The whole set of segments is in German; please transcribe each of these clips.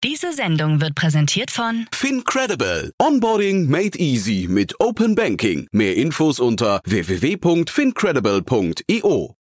Diese Sendung wird präsentiert von FinCredible. Onboarding made easy mit Open Banking. Mehr Infos unter www.fincredible.io.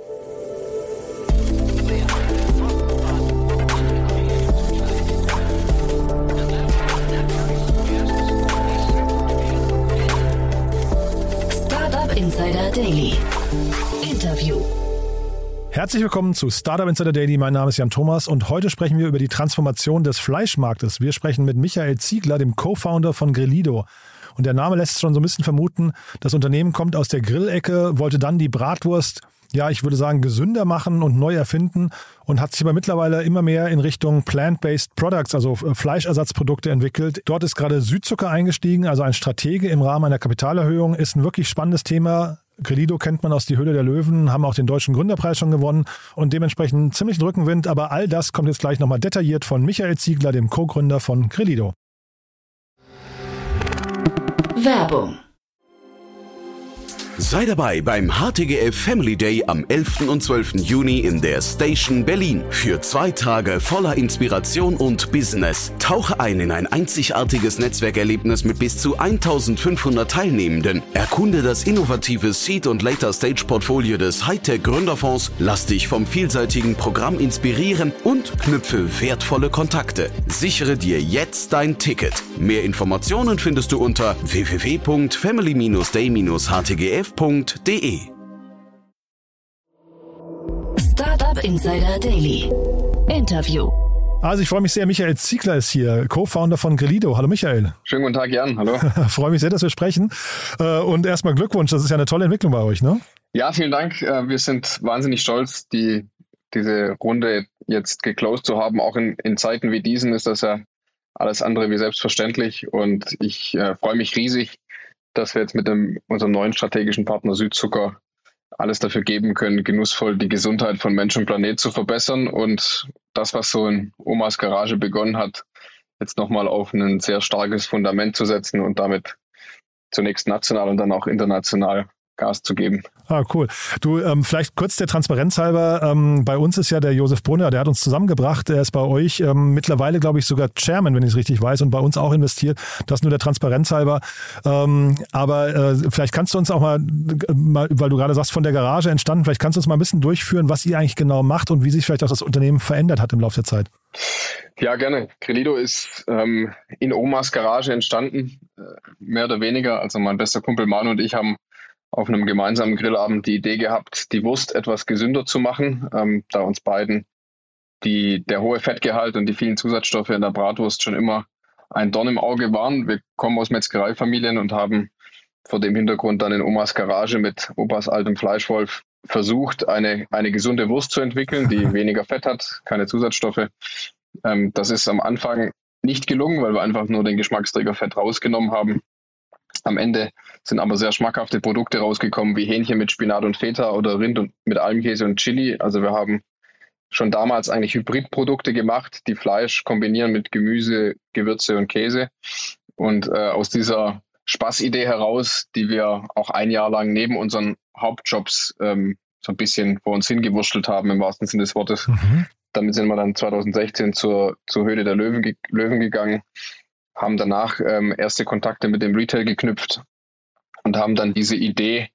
Startup Insider Daily. Interview. Herzlich willkommen zu Startup Insider Daily. Mein Name ist Jan Thomas und heute sprechen wir über die Transformation des Fleischmarktes. Wir sprechen mit Michael Ziegler, dem Co-Founder von Grillido. Und der Name lässt schon so ein bisschen vermuten, das Unternehmen kommt aus der Grillecke, wollte dann die Bratwurst, ja, ich würde sagen, gesünder machen und neu erfinden und hat sich aber mittlerweile immer mehr in Richtung Plant-Based Products, also Fleischersatzprodukte entwickelt. Dort ist gerade Südzucker eingestiegen, also ein Stratege im Rahmen einer Kapitalerhöhung, ist ein wirklich spannendes Thema. Grillido kennt man aus Die Höhle der Löwen, haben auch den Deutschen Gründerpreis schon gewonnen und dementsprechend ziemlich Rückenwind. Aber all das kommt jetzt gleich nochmal detailliert von Michael Ziegler, dem Co-Gründer von Grillido. Werbung. Sei dabei beim HTGF Family Day am 11. und 12. Juni in der Station Berlin. Für 2 Tage voller Inspiration und Business. Tauche ein in ein einzigartiges Netzwerkerlebnis mit bis zu 1500 Teilnehmenden. Erkunde das innovative Seed- und Later-Stage-Portfolio des Hightech-Gründerfonds. Lass dich vom vielseitigen Programm inspirieren und knüpfe wertvolle Kontakte. Sichere dir jetzt dein Ticket. Mehr Informationen findest du unter www.family-day-htgf.de. Startup Insider Daily. Interview. Also ich freue mich sehr, Michael Ziegler ist hier, Co-Founder von Grillido. Hallo Michael. Schönen guten Tag, Jan. Hallo. Freue mich sehr, dass wir sprechen. Und erstmal Glückwunsch, das ist ja eine tolle Entwicklung bei euch, ne? Ja, vielen Dank. Wir sind wahnsinnig stolz, diese Runde jetzt geclosed zu haben. Auch in Zeiten wie diesen ist das ja alles andere wie selbstverständlich. Und ich freue mich riesig, dass wir jetzt mit unserem neuen strategischen Partner Südzucker alles dafür geben können, genussvoll die Gesundheit von Mensch und Planet zu verbessern und das, was so in Omas Garage begonnen hat, jetzt nochmal auf ein sehr starkes Fundament zu setzen und damit zunächst national und dann auch international Gas zu geben. Ah, cool. Du, vielleicht kurz der Transparenz halber. Bei uns ist ja der Josef Brunner, der hat uns zusammengebracht. Der ist bei euch mittlerweile, glaube ich, sogar Chairman, wenn ich es richtig weiß, und bei uns auch investiert. Das nur der Transparenz halber. Aber vielleicht kannst du uns auch mal, weil du gerade sagst, von der Garage entstanden, vielleicht kannst du uns mal ein bisschen durchführen, was ihr eigentlich genau macht und wie sich vielleicht auch das Unternehmen verändert hat im Laufe der Zeit. Ja, gerne. Grillido ist in Omas Garage entstanden, mehr oder weniger. Also mein bester Kumpel Manu und ich haben auf einem gemeinsamen Grillabend die Idee gehabt, die Wurst etwas gesünder zu machen, da uns beiden der hohe Fettgehalt und die vielen Zusatzstoffe in der Bratwurst schon immer ein Dorn im Auge waren. Wir kommen aus Metzgereifamilien und haben vor dem Hintergrund dann in Omas Garage mit Opas altem Fleischwolf versucht, eine gesunde Wurst zu entwickeln, die weniger Fett hat, keine Zusatzstoffe. Das ist am Anfang nicht gelungen, weil wir einfach nur den Geschmacksträger Fett rausgenommen haben. Am Ende sind aber sehr schmackhafte Produkte rausgekommen, wie Hähnchen mit Spinat und Feta oder Rind mit Almkäse und Chili. Also wir haben schon damals eigentlich Hybridprodukte gemacht, die Fleisch kombinieren mit Gemüse, Gewürze und Käse. Und aus dieser Spaßidee heraus, die wir auch ein Jahr lang neben unseren Hauptjobs so ein bisschen vor uns hingewurschtelt haben, im wahrsten Sinne des Wortes. Damit sind wir dann 2016 zur Höhle der Löwen gegangen, haben danach erste Kontakte mit dem Retail geknüpft und haben dann diese Idee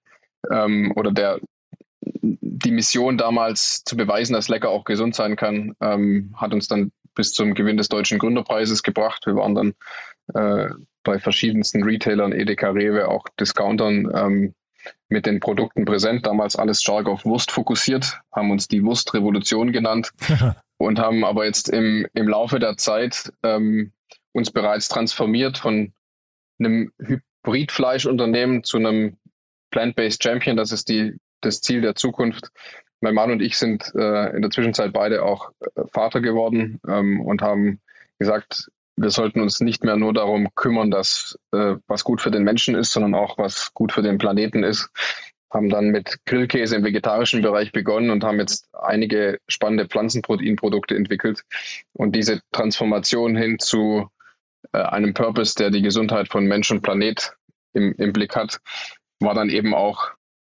die Mission damals zu beweisen, dass lecker auch gesund sein kann, hat uns dann bis zum Gewinn des Deutschen Gründerpreises gebracht. Wir waren dann bei verschiedensten Retailern, Edeka, Rewe, auch Discountern mit den Produkten präsent. Damals alles stark auf Wurst fokussiert, haben uns die Wurstrevolution genannt und haben aber jetzt im Laufe der Zeit uns bereits transformiert von einem Hybridfleischunternehmen zu einem Plant-Based Champion. Das ist das Ziel der Zukunft. Mein Mann und ich sind in der Zwischenzeit beide auch Vater geworden und haben gesagt, wir sollten uns nicht mehr nur darum kümmern, dass was gut für den Menschen ist, sondern auch was gut für den Planeten ist. Haben dann mit Grillkäse im vegetarischen Bereich begonnen und haben jetzt einige spannende Pflanzenproteinprodukte entwickelt. Und diese Transformation hin zu einem Purpose, der die Gesundheit von Mensch und Planet im Blick hat, war dann eben auch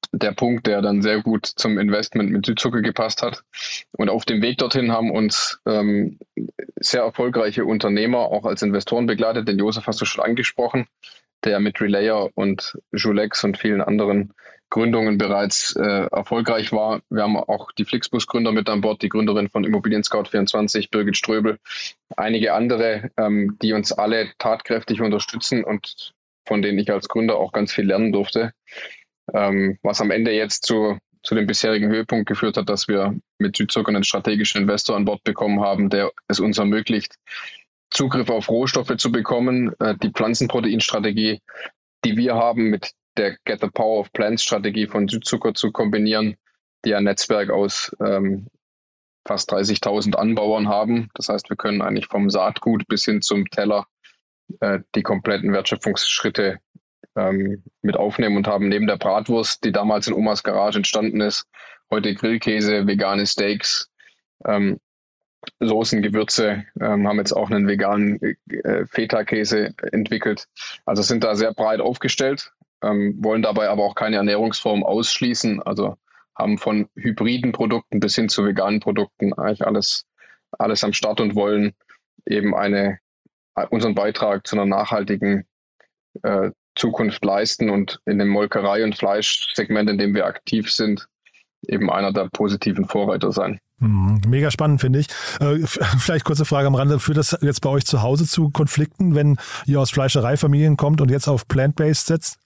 der Punkt, der dann sehr gut zum Investment mit Südzucker gepasst hat. Und auf dem Weg dorthin haben uns sehr erfolgreiche Unternehmer auch als Investoren begleitet. Den Josef hast du schon angesprochen, der mit Relayer und Julex und vielen anderen Gründungen bereits erfolgreich war. Wir haben auch die Flixbus-Gründer mit an Bord, die Gründerin von Immobilien Scout24, Birgit Ströbel, einige andere, die uns alle tatkräftig unterstützen und von denen ich als Gründer auch ganz viel lernen durfte. Was am Ende jetzt zu dem bisherigen Höhepunkt geführt hat, dass wir mit Südzucker einen strategischen Investor an Bord bekommen haben, der es uns ermöglicht, Zugriff auf Rohstoffe zu bekommen, die Pflanzenproteinstrategie, die wir haben, mit der Get the Power of Plants Strategie von Südzucker zu kombinieren, die ein Netzwerk aus fast 30.000 Anbauern haben. Das heißt, wir können eigentlich vom Saatgut bis hin zum Teller die kompletten Wertschöpfungsschritte mit aufnehmen und haben neben der Bratwurst, die damals in Omas Garage entstanden ist, heute Grillkäse, vegane Steaks, Soßen, Gewürze, haben jetzt auch einen veganen Feta-Käse entwickelt. Also sind da sehr breit aufgestellt, wollen dabei aber auch keine Ernährungsform ausschließen. Also haben von hybriden Produkten bis hin zu veganen Produkten eigentlich alles am Start und wollen eben unseren Beitrag zu einer nachhaltigen Zukunft leisten und in dem Molkerei- und Fleischsegment, in dem wir aktiv sind, eben einer der positiven Vorreiter sein. Mega spannend, finde ich. Vielleicht kurze Frage am Rande. Führt das jetzt bei euch zu Hause zu Konflikten, wenn ihr aus Fleischereifamilien kommt und jetzt auf Plant-Based setzt?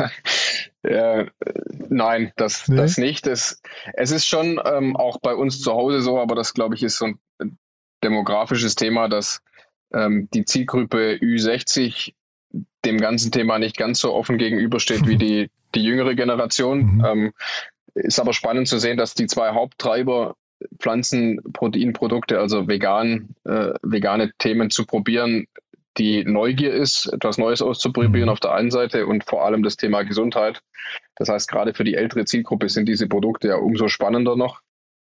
Nein, das nicht. Es ist schon auch bei uns zu Hause so, aber das, glaube ich, ist so ein demografisches Thema, dass die Zielgruppe Ü60 dem ganzen Thema nicht ganz so offen gegenübersteht wie die jüngere Generation. Ist aber spannend zu sehen, dass die zwei Haupttreiber Pflanzenproteinprodukte, also vegane Themen zu probieren, die Neugier ist, etwas Neues auszuprobieren auf der einen Seite und vor allem das Thema Gesundheit. Das heißt, gerade für die ältere Zielgruppe sind diese Produkte ja umso spannender noch.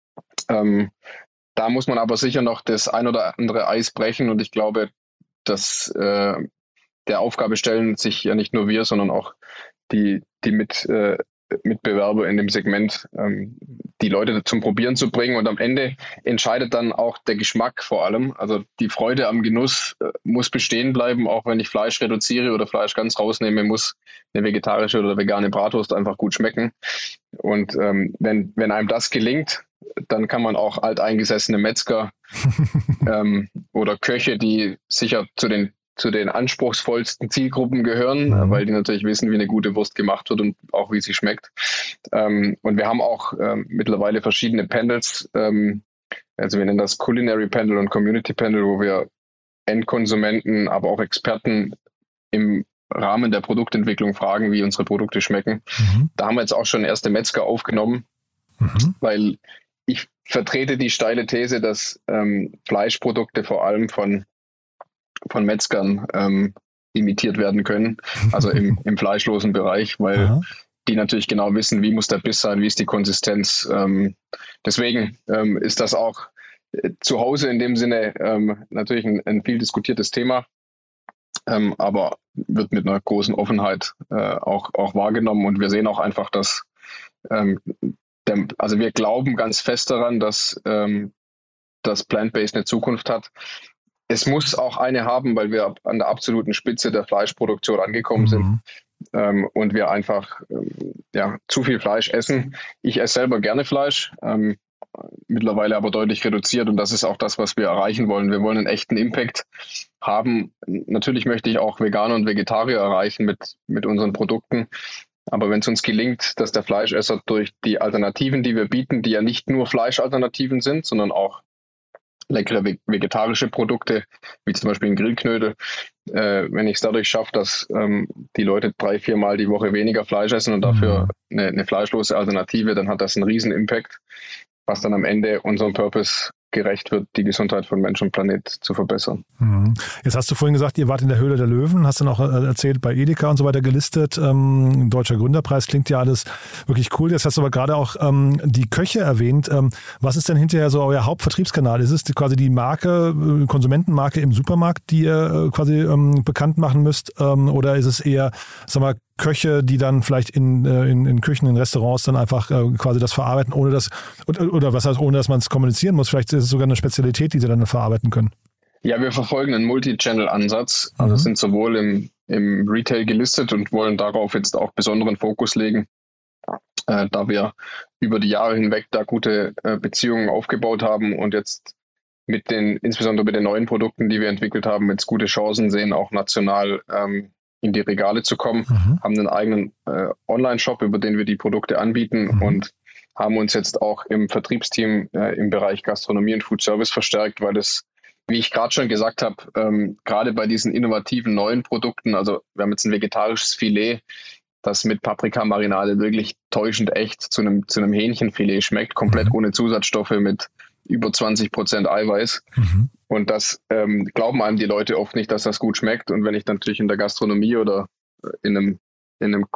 Da muss man aber sicher noch das ein oder andere Eis brechen und ich glaube, dass der Aufgabe stellen sich ja nicht nur wir, sondern auch die Mitbewerber in dem Segment, die Leute zum Probieren zu bringen. Und am Ende entscheidet dann auch der Geschmack vor allem. Also die Freude am Genuss muss bestehen bleiben, auch wenn ich Fleisch reduziere oder Fleisch ganz rausnehme, muss eine vegetarische oder vegane Bratwurst einfach gut schmecken. Und wenn einem das gelingt, dann kann man auch alteingesessene Metzger oder Köche, die sicher zu den anspruchsvollsten Zielgruppen gehören, weil die natürlich wissen, wie eine gute Wurst gemacht wird und auch wie sie schmeckt. Und wir haben auch mittlerweile verschiedene Panels, also wir nennen das Culinary Panel und Community Panel, wo wir Endkonsumenten, aber auch Experten im Rahmen der Produktentwicklung fragen, wie unsere Produkte schmecken. Da haben wir jetzt auch schon erste Metzger aufgenommen, weil ich vertrete die steile These, dass Fleischprodukte vor allem von Metzgern imitiert werden können, also im fleischlosen Bereich, weil die natürlich genau wissen, wie muss der Biss sein, wie ist die Konsistenz. Deswegen ist das auch zu Hause in dem Sinne natürlich ein viel diskutiertes Thema, aber wird mit einer großen Offenheit auch wahrgenommen und wir sehen auch einfach, dass also wir glauben ganz fest daran, dass Plant-Based eine Zukunft hat. Es muss auch eine haben, weil wir an der absoluten Spitze der Fleischproduktion angekommen sind und wir einfach zu viel Fleisch essen. Ich esse selber gerne Fleisch, mittlerweile aber deutlich reduziert und das ist auch das, was wir erreichen wollen. Wir wollen einen echten Impact haben. Natürlich möchte ich auch Veganer und Vegetarier erreichen mit unseren Produkten. Aber wenn es uns gelingt, dass der Fleischesser durch die Alternativen, die wir bieten, die ja nicht nur Fleischalternativen sind, sondern auch leckere vegetarische Produkte, wie zum Beispiel ein Grillknödel. Wenn ich es dadurch schaffe, dass die Leute 3-4 Mal die Woche weniger Fleisch essen und dafür eine fleischlose Alternative, dann hat das einen riesen Impact, was dann am Ende unseren Purpose gerecht wird, die Gesundheit von Mensch und Planet zu verbessern. Jetzt hast du vorhin gesagt, ihr wart in der Höhle der Löwen, hast dann auch erzählt, bei Edeka und so weiter gelistet. Deutscher Gründerpreis, klingt ja alles wirklich cool. Jetzt hast du aber gerade auch die Köche erwähnt. Was ist denn hinterher so euer Hauptvertriebskanal? Ist es quasi die Marke, Konsumentenmarke im Supermarkt, die ihr quasi bekannt machen müsst? Oder ist es eher, sag mal, Köche, die dann vielleicht in Küchen, in Restaurants dann einfach quasi das verarbeiten, ohne dass man es kommunizieren muss? Vielleicht ist es sogar eine Spezialität, die sie dann verarbeiten können. Ja, wir verfolgen einen Multi-Channel-Ansatz. Also sind sowohl im Retail gelistet und wollen darauf jetzt auch besonderen Fokus legen, da wir über die Jahre hinweg da gute Beziehungen aufgebaut haben und jetzt insbesondere mit den neuen Produkten, die wir entwickelt haben, jetzt gute Chancen sehen, auch national in die Regale zu kommen, haben einen eigenen Online-Shop, über den wir die Produkte anbieten und haben uns jetzt auch im Vertriebsteam im Bereich Gastronomie und Food Service verstärkt, weil das, wie ich gerade schon gesagt habe, gerade bei diesen innovativen neuen Produkten, also wir haben jetzt ein vegetarisches Filet, das mit Paprikamarinade wirklich täuschend echt zu einem Hähnchenfilet schmeckt, komplett ohne Zusatzstoffe mit über 20% Eiweiß. Und das glauben einem die Leute oft nicht, dass das gut schmeckt. Und wenn ich natürlich in der Gastronomie oder in einem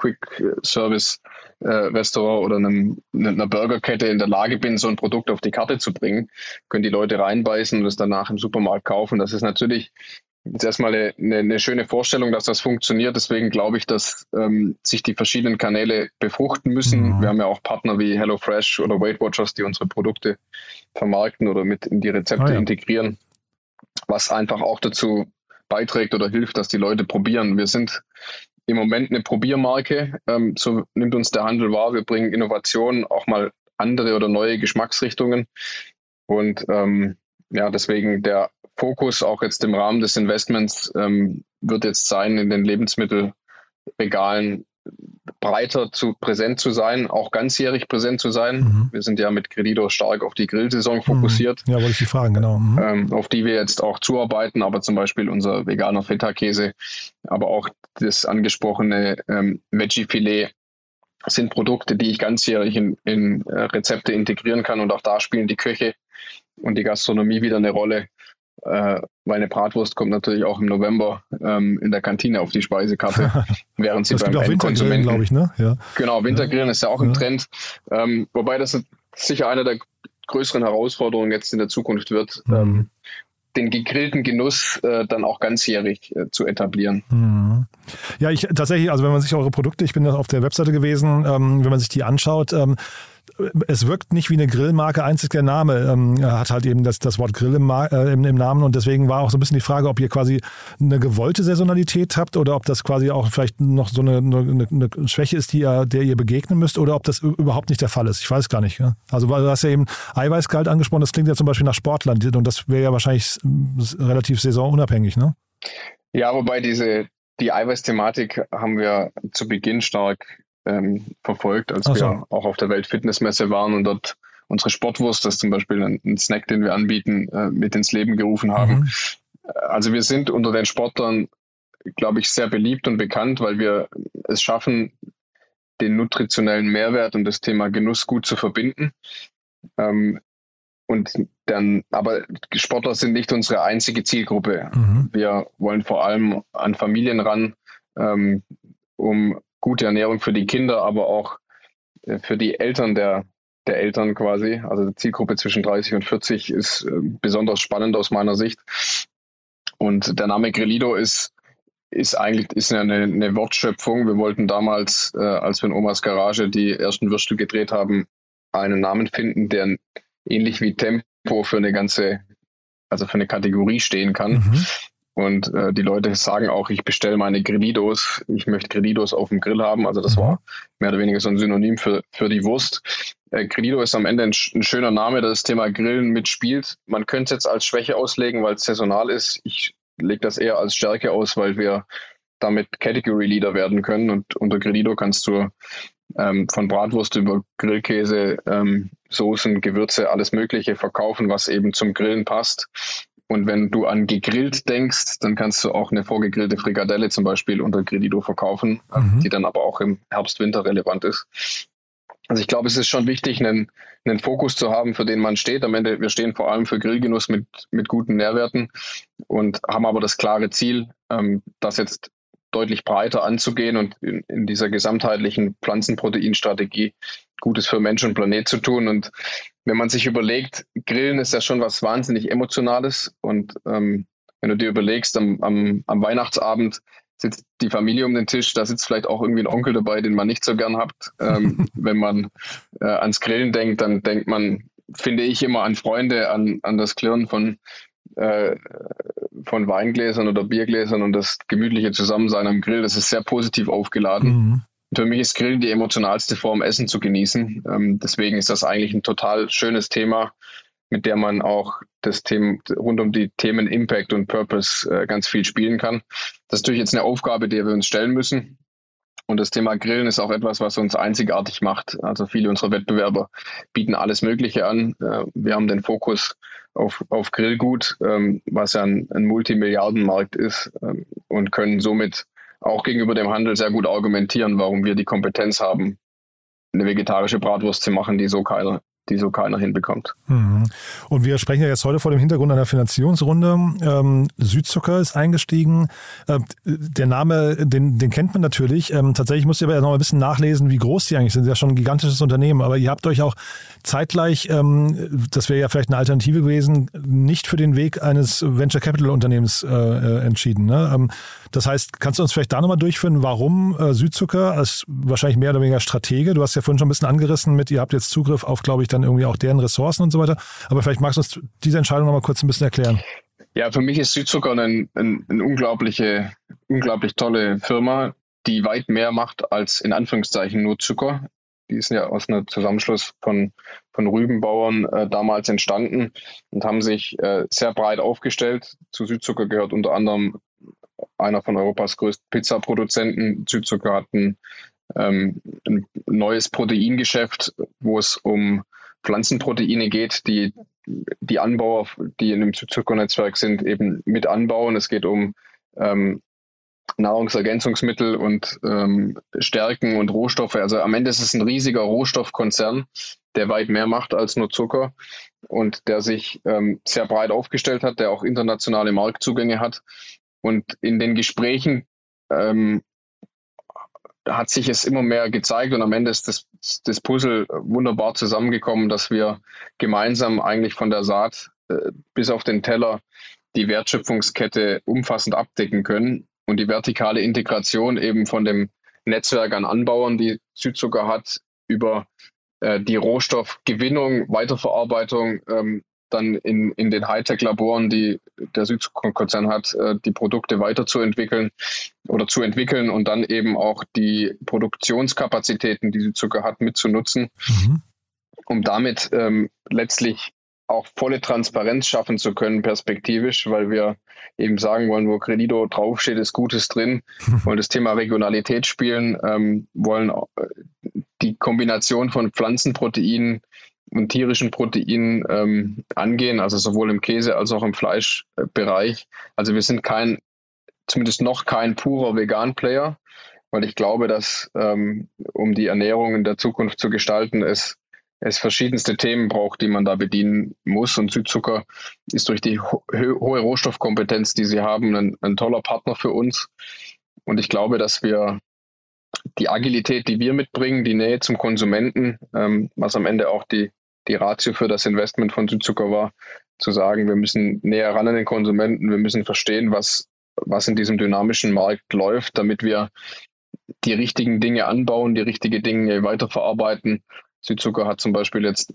Quick-Service-Restaurant oder einer Burgerkette in der Lage bin, so ein Produkt auf die Karte zu bringen, können die Leute reinbeißen und es danach im Supermarkt kaufen. Das ist natürlich jetzt erstmal eine schöne Vorstellung, dass das funktioniert. Deswegen glaube ich, dass sich die verschiedenen Kanäle befruchten müssen. Wir haben ja auch Partner wie HelloFresh oder Weight Watchers, die unsere Produkte vermarkten oder mit in die Rezepte integrieren, was einfach auch dazu beiträgt oder hilft, dass die Leute probieren. Wir sind im Moment eine Probiermarke, so nimmt uns der Handel wahr. Wir bringen Innovationen, auch mal andere oder neue Geschmacksrichtungen. Und deswegen der Fokus auch jetzt im Rahmen des Investments wird jetzt sein, in den Lebensmittelregalen breiter präsent zu sein, auch ganzjährig präsent zu sein. Wir sind ja mit Grelido stark auf die Grillsaison fokussiert. Ja, wollte ich dich fragen, genau. Auf die wir jetzt auch zuarbeiten, aber zum Beispiel unser veganer Feta-Käse, aber auch das angesprochene Veggie-Filet sind Produkte, die ich ganzjährig in Rezepte integrieren kann, und auch da spielen die Köche und die Gastronomie wieder eine Rolle. Meine Bratwurst kommt natürlich auch im November in der Kantine auf die Speisekarte, während sie beim Endkonsumenten, glaube ich, ne? Ja. Genau, Wintergrillen ist ja auch im Trend, wobei das sicher eine der größeren Herausforderungen jetzt in der Zukunft wird, den gegrillten Genuss dann auch ganzjährig zu etablieren. Ja, tatsächlich, also wenn man sich eure Produkte, ich bin auf der Webseite gewesen, wenn man sich die anschaut, es wirkt nicht wie eine Grillmarke, einzig der Name hat halt eben das Wort Grill im Namen, und deswegen war auch so ein bisschen die Frage, ob ihr quasi eine gewollte Saisonalität habt oder ob das quasi auch vielleicht noch so eine Schwäche ist, der ihr begegnen müsst, oder ob das überhaupt nicht der Fall ist. Ich weiß gar nicht. Ja? Also du hast ja eben Eiweißgehalt angesprochen, das klingt ja zum Beispiel nach Sportland, und das wäre ja wahrscheinlich relativ saisonunabhängig, ne? Ja, wobei die Eiweißthematik haben wir zu Beginn stark verfolgt, als wir auch auf der Weltfitnessmesse waren und dort unsere Sportwurst, das ist zum Beispiel ein Snack, den wir anbieten, mit ins Leben gerufen haben. Also wir sind unter den Sportlern, glaube ich, sehr beliebt und bekannt, weil wir es schaffen, den nutritionellen Mehrwert und das Thema Genuss gut zu verbinden. Aber Sportler sind nicht unsere einzige Zielgruppe. Wir wollen vor allem an Familien ran, um gute Ernährung für die Kinder, aber auch für die Eltern der Eltern quasi. Also die Zielgruppe zwischen 30 und 40 ist besonders spannend aus meiner Sicht. Und der Name Grelido ist eine Wortschöpfung. Wir wollten damals, als wir in Omas Garage die ersten Würstel gedreht haben, einen Namen finden, der ähnlich wie Tempo für eine Kategorie stehen kann. Und die Leute sagen auch, ich bestelle meine Grelidos, ich möchte Grelidos auf dem Grill haben. Also das war mehr oder weniger so ein Synonym für die Wurst. Grelido ist am Ende ein schöner Name, der das Thema Grillen mitspielt. Man könnte es jetzt als Schwäche auslegen, weil es saisonal ist. Ich lege das eher als Stärke aus, weil wir damit Category Leader werden können. Und unter Grelido kannst du von Bratwurst über Grillkäse, Soßen, Gewürze, alles Mögliche verkaufen, was eben zum Grillen passt. Und wenn du an gegrillt denkst, dann kannst du auch eine vorgegrillte Frikadelle zum Beispiel unter Grelido verkaufen, die dann aber auch im Herbst, Winter relevant ist. Also ich glaube, es ist schon wichtig, einen Fokus zu haben, für den man steht. Am Ende, wir stehen vor allem für Grillgenuss mit guten Nährwerten und haben aber das klare Ziel, das jetzt deutlich breiter anzugehen und in dieser gesamtheitlichen Pflanzenproteinstrategie Gutes für Mensch und Planet zu tun. Und wenn man sich überlegt, Grillen ist ja schon was wahnsinnig Emotionales. Und wenn du dir überlegst, am Weihnachtsabend sitzt die Familie um den Tisch, da sitzt vielleicht auch irgendwie ein Onkel dabei, den man nicht so gern hat. Wenn man ans Grillen denkt, dann denkt man, finde ich, immer an Freunde, an das Klirren von Weingläsern oder Biergläsern und das gemütliche Zusammensein am Grill. Das ist sehr positiv aufgeladen. Mhm. Für mich ist Grillen die emotionalste Form, Essen zu genießen. Deswegen ist das eigentlich ein total schönes Thema, mit der man auch das Thema rund um die Themen Impact und Purpose ganz viel spielen kann. Das ist natürlich jetzt eine Aufgabe, der wir uns stellen müssen. Und das Thema Grillen ist auch etwas, was uns einzigartig macht. Also viele unserer Wettbewerber bieten alles Mögliche an. Wir haben den Fokus auf Grillgut, was ja ein Multimilliardenmarkt ist, und können somit auch gegenüber dem Handel sehr gut argumentieren, warum wir die Kompetenz haben, eine vegetarische Bratwurst zu machen, die so keiner hinbekommt. Und wir sprechen ja jetzt heute vor dem Hintergrund einer Finanzierungsrunde. Südzucker ist eingestiegen. Der Name, den kennt man natürlich. Tatsächlich musst ihr aber ja noch ein bisschen nachlesen, wie groß die eigentlich sind. Das ist ja schon ein gigantisches Unternehmen. Aber ihr habt euch auch zeitgleich, das wäre ja vielleicht eine Alternative gewesen, nicht für den Weg eines Venture Capital Unternehmens entschieden. Ne? Das heißt, kannst du uns vielleicht da nochmal durchführen, warum Südzucker als wahrscheinlich mehr oder weniger Stratege? Du hast ja vorhin schon ein bisschen angerissen mit, ihr habt jetzt Zugriff auf, glaube ich, dann irgendwie auch deren Ressourcen und so weiter. Aber vielleicht magst du uns diese Entscheidung noch mal kurz ein bisschen erklären. Ja, für mich ist Südzucker eine unglaublich tolle Firma, die weit mehr macht als in Anführungszeichen nur Zucker. Die ist ja aus einem Zusammenschluss von Rübenbauern damals entstanden und haben sich sehr breit aufgestellt. Zu Südzucker gehört unter anderem einer von Europas größten Pizzaproduzenten. Südzucker hat ein neues Proteingeschäft, wo es um Pflanzenproteine geht, die Anbauer, die in dem Südzuckernetzwerk sind, eben mit anbauen. Es geht um Nahrungsergänzungsmittel und Stärken und Rohstoffe. Also am Ende ist es ein riesiger Rohstoffkonzern, der weit mehr macht als nur Zucker und der sich sehr breit aufgestellt hat, der auch internationale Marktzugänge hat. Und in den Gesprächen hat sich es immer mehr gezeigt und am Ende ist das Puzzle wunderbar zusammengekommen, dass wir gemeinsam eigentlich von der Saat bis auf den Teller die Wertschöpfungskette umfassend abdecken können und die vertikale Integration eben von dem Netzwerk an Anbauern, die Südzucker hat, über die Rohstoffgewinnung, Weiterverarbeitung, dann in den Hightech-Laboren, die der Südzucker-Konzern hat, die Produkte weiterzuentwickeln oder zu entwickeln und dann eben auch die Produktionskapazitäten, die Südzucker hat, mitzunutzen, um damit letztlich auch volle Transparenz schaffen zu können, perspektivisch, weil wir eben sagen wollen, wo Grelido draufsteht, ist Gutes drin, wollen das Thema Regionalität spielen, wollen die Kombination von Pflanzenproteinen und tierischen Proteinen angehen, also sowohl im Käse- als auch im Fleischbereich. Also wir sind zumindest noch kein purer Vegan-Player, weil ich glaube, dass um die Ernährung in der Zukunft zu gestalten, es verschiedenste Themen braucht, die man da bedienen muss. Und Südzucker ist durch die hohe Rohstoffkompetenz, die sie haben, ein toller Partner für uns. Und ich glaube, dass wir die Agilität, die wir mitbringen, die Nähe zum Konsumenten, was am Ende auch die Ratio für das Investment von Südzucker war, zu sagen, wir müssen näher ran an den Konsumenten, wir müssen verstehen, was in diesem dynamischen Markt läuft, damit wir die richtigen Dinge anbauen, die richtigen Dinge weiterverarbeiten. Südzucker hat zum Beispiel jetzt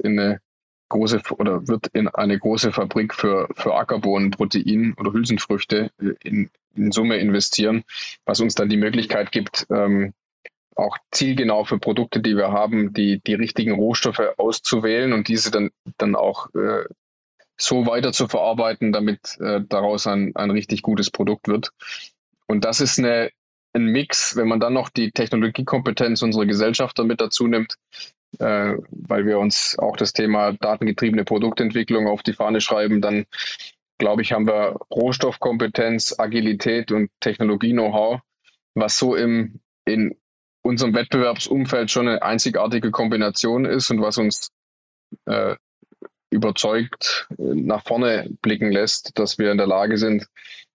wird in eine große Fabrik für Ackerbohnenprotein oder Hülsenfrüchte in Summe investieren, was uns dann die Möglichkeit gibt, auch zielgenau für Produkte, die wir haben, die richtigen Rohstoffe auszuwählen und diese dann auch so weiter zu verarbeiten, damit daraus ein richtig gutes Produkt wird. Und das ist ein Mix, wenn man dann noch die Technologiekompetenz unserer Gesellschaft damit dazu nimmt, weil wir uns auch das Thema datengetriebene Produktentwicklung auf die Fahne schreiben, dann glaube ich, haben wir Rohstoffkompetenz, Agilität und Technologie-Know-how, was so in unserem Wettbewerbsumfeld schon eine einzigartige Kombination ist und was uns überzeugt nach vorne blicken lässt, dass wir in der Lage sind,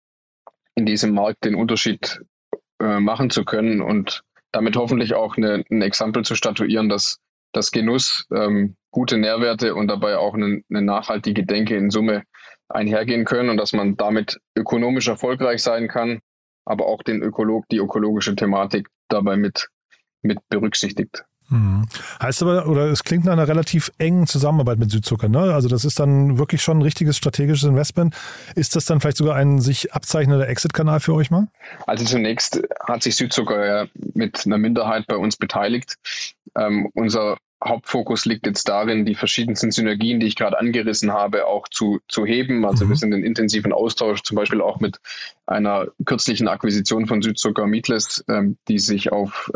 in diesem Markt den Unterschied machen zu können und damit hoffentlich auch ein Exempel zu statuieren, dass Genuss, gute Nährwerte und dabei auch eine nachhaltige Denke in Summe einhergehen können und dass man damit ökonomisch erfolgreich sein kann, aber auch die ökologische Thematik dabei mit berücksichtigt. Heißt aber, oder es klingt nach einer relativ engen Zusammenarbeit mit Südzucker, ne? Also das ist dann wirklich schon ein richtiges strategisches Investment. Ist das dann vielleicht sogar ein sich abzeichnender Exit-Kanal für euch mal? Also zunächst hat sich Südzucker ja mit einer Minderheit bei uns beteiligt. Unser Hauptfokus liegt jetzt darin, die verschiedensten Synergien, die ich gerade angerissen habe, auch zu heben. Also wir sind in intensiven Austausch, zum Beispiel auch mit einer kürzlichen Akquisition von Südzucker Meatless, die sich auf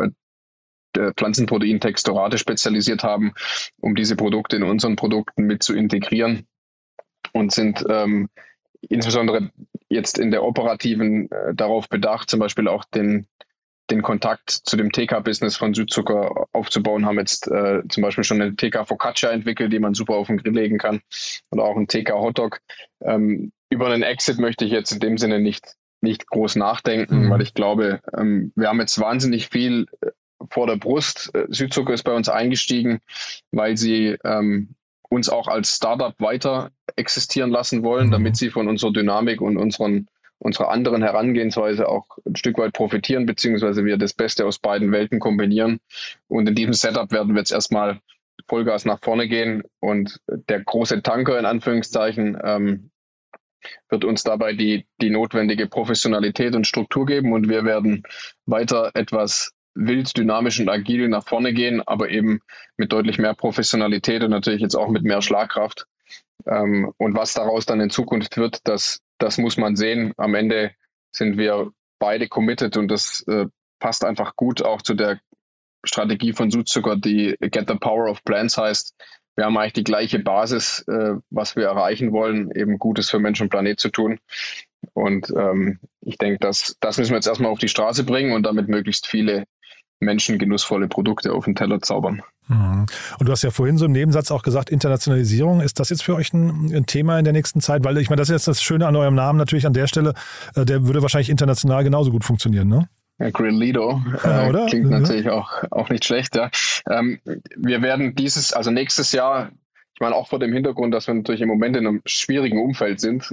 Pflanzenprotein-Texturate spezialisiert haben, um diese Produkte in unseren Produkten mit zu integrieren und sind insbesondere jetzt in der operativen darauf bedacht, zum Beispiel auch den Kontakt zu dem TK-Business von Südzucker aufzubauen, haben jetzt zum Beispiel schon eine TK-Focaccia entwickelt, die man super auf den Grill legen kann oder auch einen TK-Hotdog. Über einen Exit möchte ich jetzt in dem Sinne nicht groß nachdenken, weil ich glaube, wir haben jetzt wahnsinnig viel vor der Brust. Südzucker ist bei uns eingestiegen, weil sie uns auch als Startup weiter existieren lassen wollen, damit sie von unserer Dynamik und unserer anderen Herangehensweise auch ein Stück weit profitieren, beziehungsweise wir das Beste aus beiden Welten kombinieren. Und in diesem Setup werden wir jetzt erstmal Vollgas nach vorne gehen und der große Tanker in Anführungszeichen wird uns dabei die notwendige Professionalität und Struktur geben und wir werden weiter etwas wild, dynamisch und agil nach vorne gehen, aber eben mit deutlich mehr Professionalität und natürlich jetzt auch mit mehr Schlagkraft. Und was daraus dann in Zukunft wird, das muss man sehen. Am Ende sind wir beide committed und das passt einfach gut auch zu der Strategie von Südzucker, die Get the Power of Plants heißt. Wir haben eigentlich die gleiche Basis, was wir erreichen wollen, eben Gutes für Mensch und Planet zu tun. Und ich denke, das müssen wir jetzt erstmal auf die Straße bringen und damit möglichst viele Menschen genussvolle Produkte auf den Teller zaubern. Und du hast ja vorhin so im Nebensatz auch gesagt, Internationalisierung. Ist das jetzt für euch ein Thema in der nächsten Zeit? Weil ich meine, das ist jetzt das Schöne an eurem Namen natürlich an der Stelle. Der würde wahrscheinlich international genauso gut funktionieren, ne? Ja, Grilido klingt natürlich auch nicht schlecht. Ja. Wir werden nächstes Jahr, ich meine auch vor dem Hintergrund, dass wir natürlich im Moment in einem schwierigen Umfeld sind,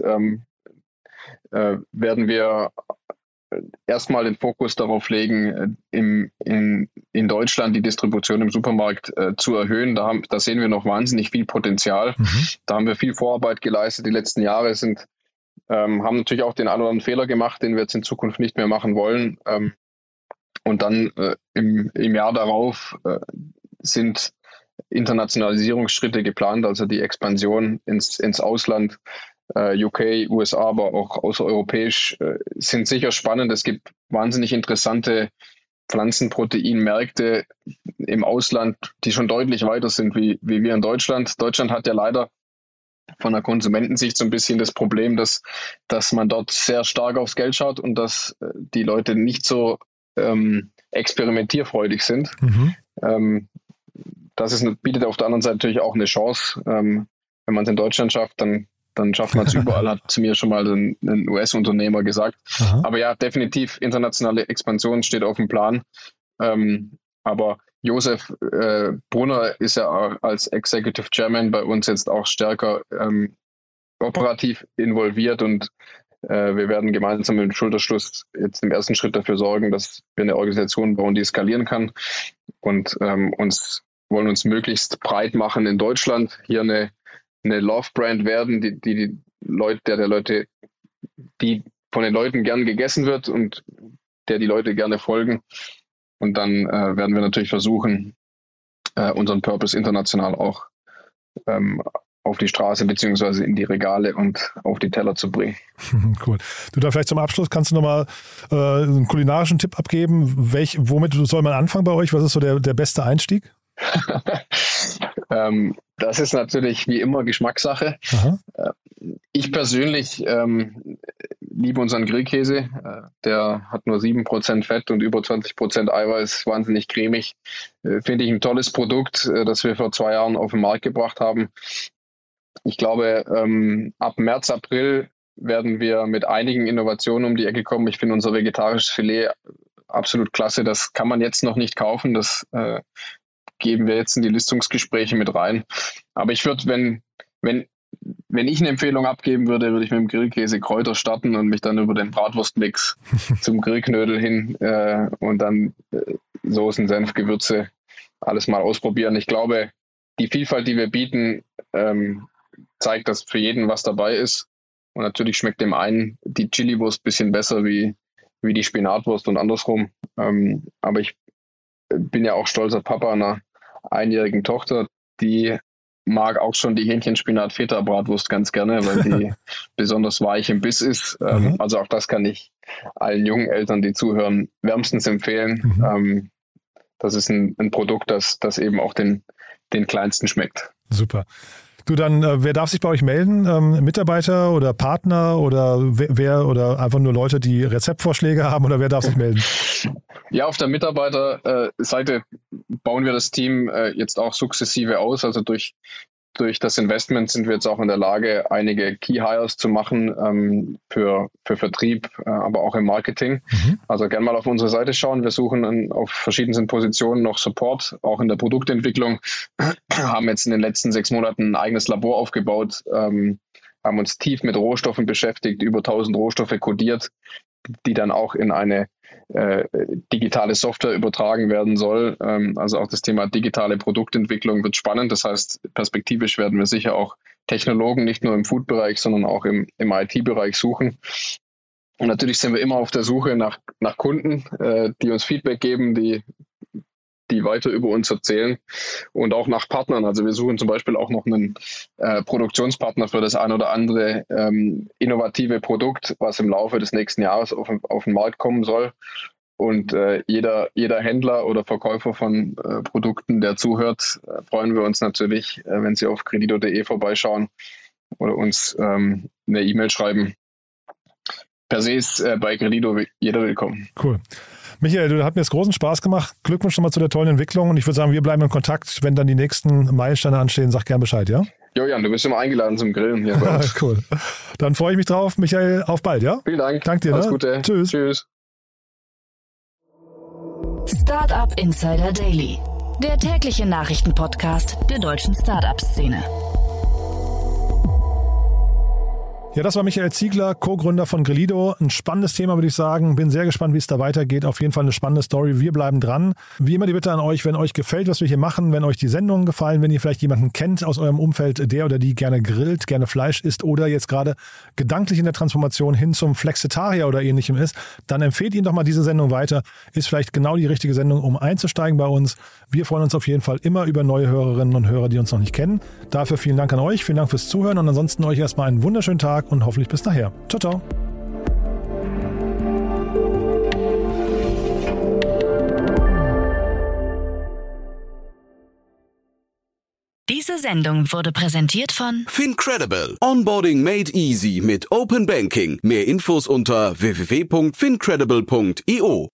werden wir erstmal den Fokus darauf legen, in Deutschland die Distribution im Supermarkt zu erhöhen. Da sehen wir noch wahnsinnig viel Potenzial. Da haben wir viel Vorarbeit geleistet. Die letzten Jahre haben natürlich auch den einen oder anderen Fehler gemacht, den wir jetzt in Zukunft nicht mehr machen wollen. Und dann im Jahr darauf sind Internationalisierungsschritte geplant, also die Expansion ins Ausland. UK, USA, aber auch außereuropäisch sind sicher spannend. Es gibt wahnsinnig interessante Pflanzenproteinmärkte im Ausland, die schon deutlich weiter sind wie wir in Deutschland. Deutschland hat ja leider von der Konsumentensicht so ein bisschen das Problem, dass man dort sehr stark aufs Geld schaut und dass die Leute nicht so experimentierfreudig sind. Das bietet auf der anderen Seite natürlich auch eine Chance. Wenn man es in Deutschland schafft, dann schafft man es überall, hat zu mir schon mal ein US-Unternehmer gesagt. Aha. Aber ja, definitiv internationale Expansion steht auf dem Plan. Aber Josef Brunner ist ja als Executive Chairman bei uns jetzt auch stärker operativ involviert und wir werden gemeinsam mit dem Schulterschluss jetzt im ersten Schritt dafür sorgen, dass wir eine Organisation bauen, die skalieren kann und wollen uns möglichst breit machen in Deutschland, hier eine Love-Brand werden, die von den Leuten gern gegessen wird und der die Leute gerne folgen. Und dann werden wir natürlich versuchen, unseren Purpose international auch auf die Straße beziehungsweise in die Regale und auf die Teller zu bringen. Cool. Du, da vielleicht zum Abschluss kannst du nochmal einen kulinarischen Tipp abgeben. Womit soll man anfangen bei euch? Was ist so der beste Einstieg? Das ist natürlich wie immer Geschmackssache. Ich persönlich liebe unseren Grillkäse. Der hat nur 7% Fett und über 20% Eiweiß, wahnsinnig cremig. Finde ich ein tolles Produkt, das wir vor 2 Jahren auf den Markt gebracht haben. Ich glaube, ab März, April werden wir mit einigen Innovationen um die Ecke kommen. Ich finde unser vegetarisches Filet absolut klasse. Das kann man jetzt noch nicht kaufen. Das geben wir jetzt in die Listungsgespräche mit rein. Aber ich würde, wenn ich eine Empfehlung abgeben würde, würde ich mit dem Grillkäse Kräuter starten und mich dann über den Bratwurstmix zum Grillknödel hin und dann Soßen, Senf, Gewürze, alles mal ausprobieren. Ich glaube, die Vielfalt, die wir bieten, zeigt, dass für jeden was dabei ist. Und natürlich schmeckt dem einen die Chiliwurst ein bisschen besser wie die Spinatwurst und andersrum. Aber ich bin ja auch stolzer Papa einer 1-jährigen Tochter, die mag auch schon die Hähnchen-Spinat-Feta-Bratwurst ganz gerne, weil die besonders weich im Biss ist. Also auch das kann ich allen jungen Eltern, die zuhören, wärmstens empfehlen. Das ist ein Produkt, das eben auch den Kleinsten schmeckt. Super. Du, dann, wer darf sich bei euch melden? Mitarbeiter oder Partner oder wer oder einfach nur Leute, die Rezeptvorschläge haben oder wer darf sich melden? Ja, auf der Mitarbeiterseite bauen wir das Team jetzt auch sukzessive aus. Also durch das Investment sind wir jetzt auch in der Lage, einige Key Hires zu machen für Vertrieb, aber auch im Marketing. Also gerne mal auf unsere Seite schauen. Wir suchen auf verschiedensten Positionen noch Support, auch in der Produktentwicklung. Haben jetzt in den letzten 6 Monaten ein eigenes Labor aufgebaut, haben uns tief mit Rohstoffen beschäftigt, über 1000 Rohstoffe kodiert, die dann auch in eine digitale Software übertragen werden soll. Also auch das Thema digitale Produktentwicklung wird spannend. Das heißt, perspektivisch werden wir sicher auch Technologen nicht nur im Food-Bereich, sondern auch im IT-Bereich suchen. Und natürlich sind wir immer auf der Suche nach Kunden, die uns Feedback geben, die weiter über uns erzählen und auch nach Partnern. Also wir suchen zum Beispiel auch noch einen Produktionspartner für das ein oder andere innovative Produkt, was im Laufe des nächsten Jahres auf den Markt kommen soll. Und jeder Händler oder Verkäufer von Produkten, der zuhört, freuen wir uns natürlich, wenn Sie auf grilido.de vorbeischauen oder uns eine E-Mail schreiben. Per se ist bei Grilido jeder willkommen. Cool. Michael, du hast mir jetzt großen Spaß gemacht. Glückwunsch schon mal zu der tollen Entwicklung und ich würde sagen, wir bleiben in Kontakt. Wenn dann die nächsten Meilensteine anstehen, sag gern Bescheid, ja? Jo, Jan, du bist immer eingeladen zum Grillen hier bei uns. Cool. Dann freue ich mich drauf. Michael, auf bald, ja? Vielen Dank. Danke dir. Alles Gute. Tschüss. Tschüss. Startup Insider Daily, der tägliche Nachrichtenpodcast der deutschen Startup-Szene. Ja, das war Michael Ziegler, Co-Gründer von Grilido. Ein spannendes Thema, würde ich sagen. Bin sehr gespannt, wie es da weitergeht. Auf jeden Fall eine spannende Story. Wir bleiben dran. Wie immer die Bitte an euch, wenn euch gefällt, was wir hier machen, wenn euch die Sendungen gefallen, wenn ihr vielleicht jemanden kennt aus eurem Umfeld, der oder die gerne grillt, gerne Fleisch isst oder jetzt gerade gedanklich in der Transformation hin zum Flexitarier oder ähnlichem ist, dann empfehlt ihn doch mal diese Sendung weiter. Ist vielleicht genau die richtige Sendung, um einzusteigen bei uns. Wir freuen uns auf jeden Fall immer über neue Hörerinnen und Hörer, die uns noch nicht kennen. Dafür vielen Dank an euch. Vielen Dank fürs Zuhören und ansonsten euch erstmal einen wunderschönen Tag und hoffentlich bis nachher. Ciao, ciao. Diese Sendung wurde präsentiert von Fincredible. Onboarding made easy mit Open Banking. Mehr Infos unter www.fincredible.io.